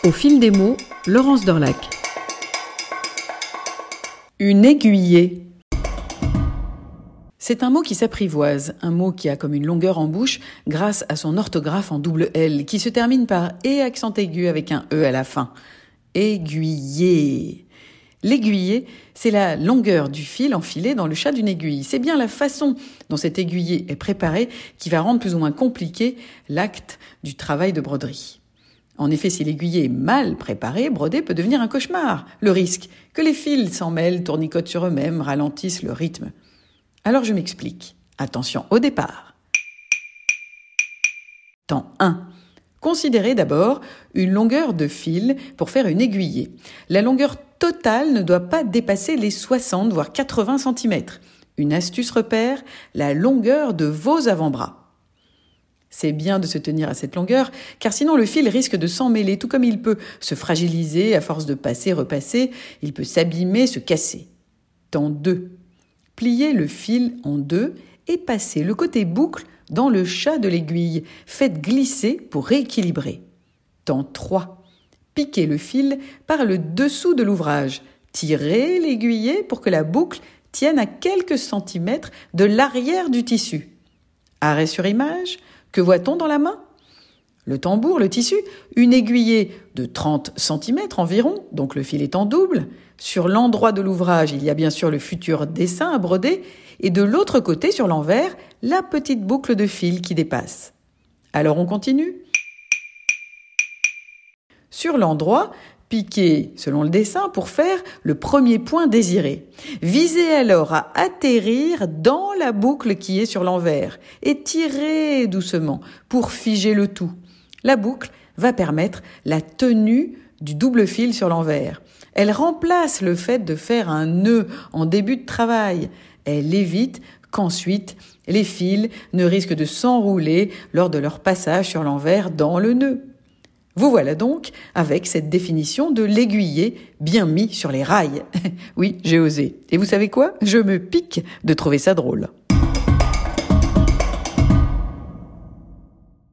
Au fil des mots, Laurence Dorlac. Une aiguillée. C'est un mot qui s'apprivoise, un mot qui a comme une longueur en bouche grâce à son orthographe en double L, qui se termine par « et » accent aigu avec un « e » à la fin. Aiguillée. L'aiguillée, c'est la longueur du fil enfilé dans le chat d'une aiguille. C'est bien la façon dont cette aiguillée est préparée qui va rendre plus ou moins compliqué l'acte du travail de broderie. En effet, si l'aiguillée est mal préparée, broder peut devenir un cauchemar. Le risque que les fils s'en mêlent, tournicotent sur eux-mêmes, ralentissent le rythme. Alors je m'explique. Attention au départ. Temps 1. Considérez d'abord une longueur de fil pour faire une aiguillée. La longueur totale ne doit pas dépasser les 60 voire 80 cm. Une astuce repère, la longueur de vos avant-bras. C'est bien de se tenir à cette longueur, car sinon le fil risque de s'emmêler, tout comme il peut se fragiliser à force de passer, repasser, il peut s'abîmer, se casser. Temps 2. Pliez le fil en deux et passez le côté boucle dans le chat de l'aiguille. Faites glisser pour rééquilibrer. Temps 3. Piquez le fil par le dessous de l'ouvrage. Tirez l'aiguillet pour que la boucle tienne à quelques centimètres de l'arrière du tissu. Arrêt sur image. Que voit-on dans la main ? Le tambour, le tissu, une aiguillée de 30 cm environ, donc le fil est en double. Sur l'endroit de l'ouvrage, il y a bien sûr le futur dessin à broder, et de l'autre côté, sur l'envers, la petite boucle de fil qui dépasse. Alors on continue ? Sur l'endroit, piquez selon le dessin pour faire le premier point désiré. Visez alors à atterrir dans la boucle qui est sur l'envers et tirez doucement pour figer le tout. La boucle va permettre la tenue du double fil sur l'envers. Elle remplace le fait de faire un nœud en début de travail. Elle évite qu'ensuite les fils ne risquent de s'enrouler lors de leur passage sur l'envers dans le nœud. Vous voilà donc avec cette définition de l'aiguillée bien mis sur les rails. Oui, j'ai osé. Et vous savez quoi ? Je me pique de trouver ça drôle.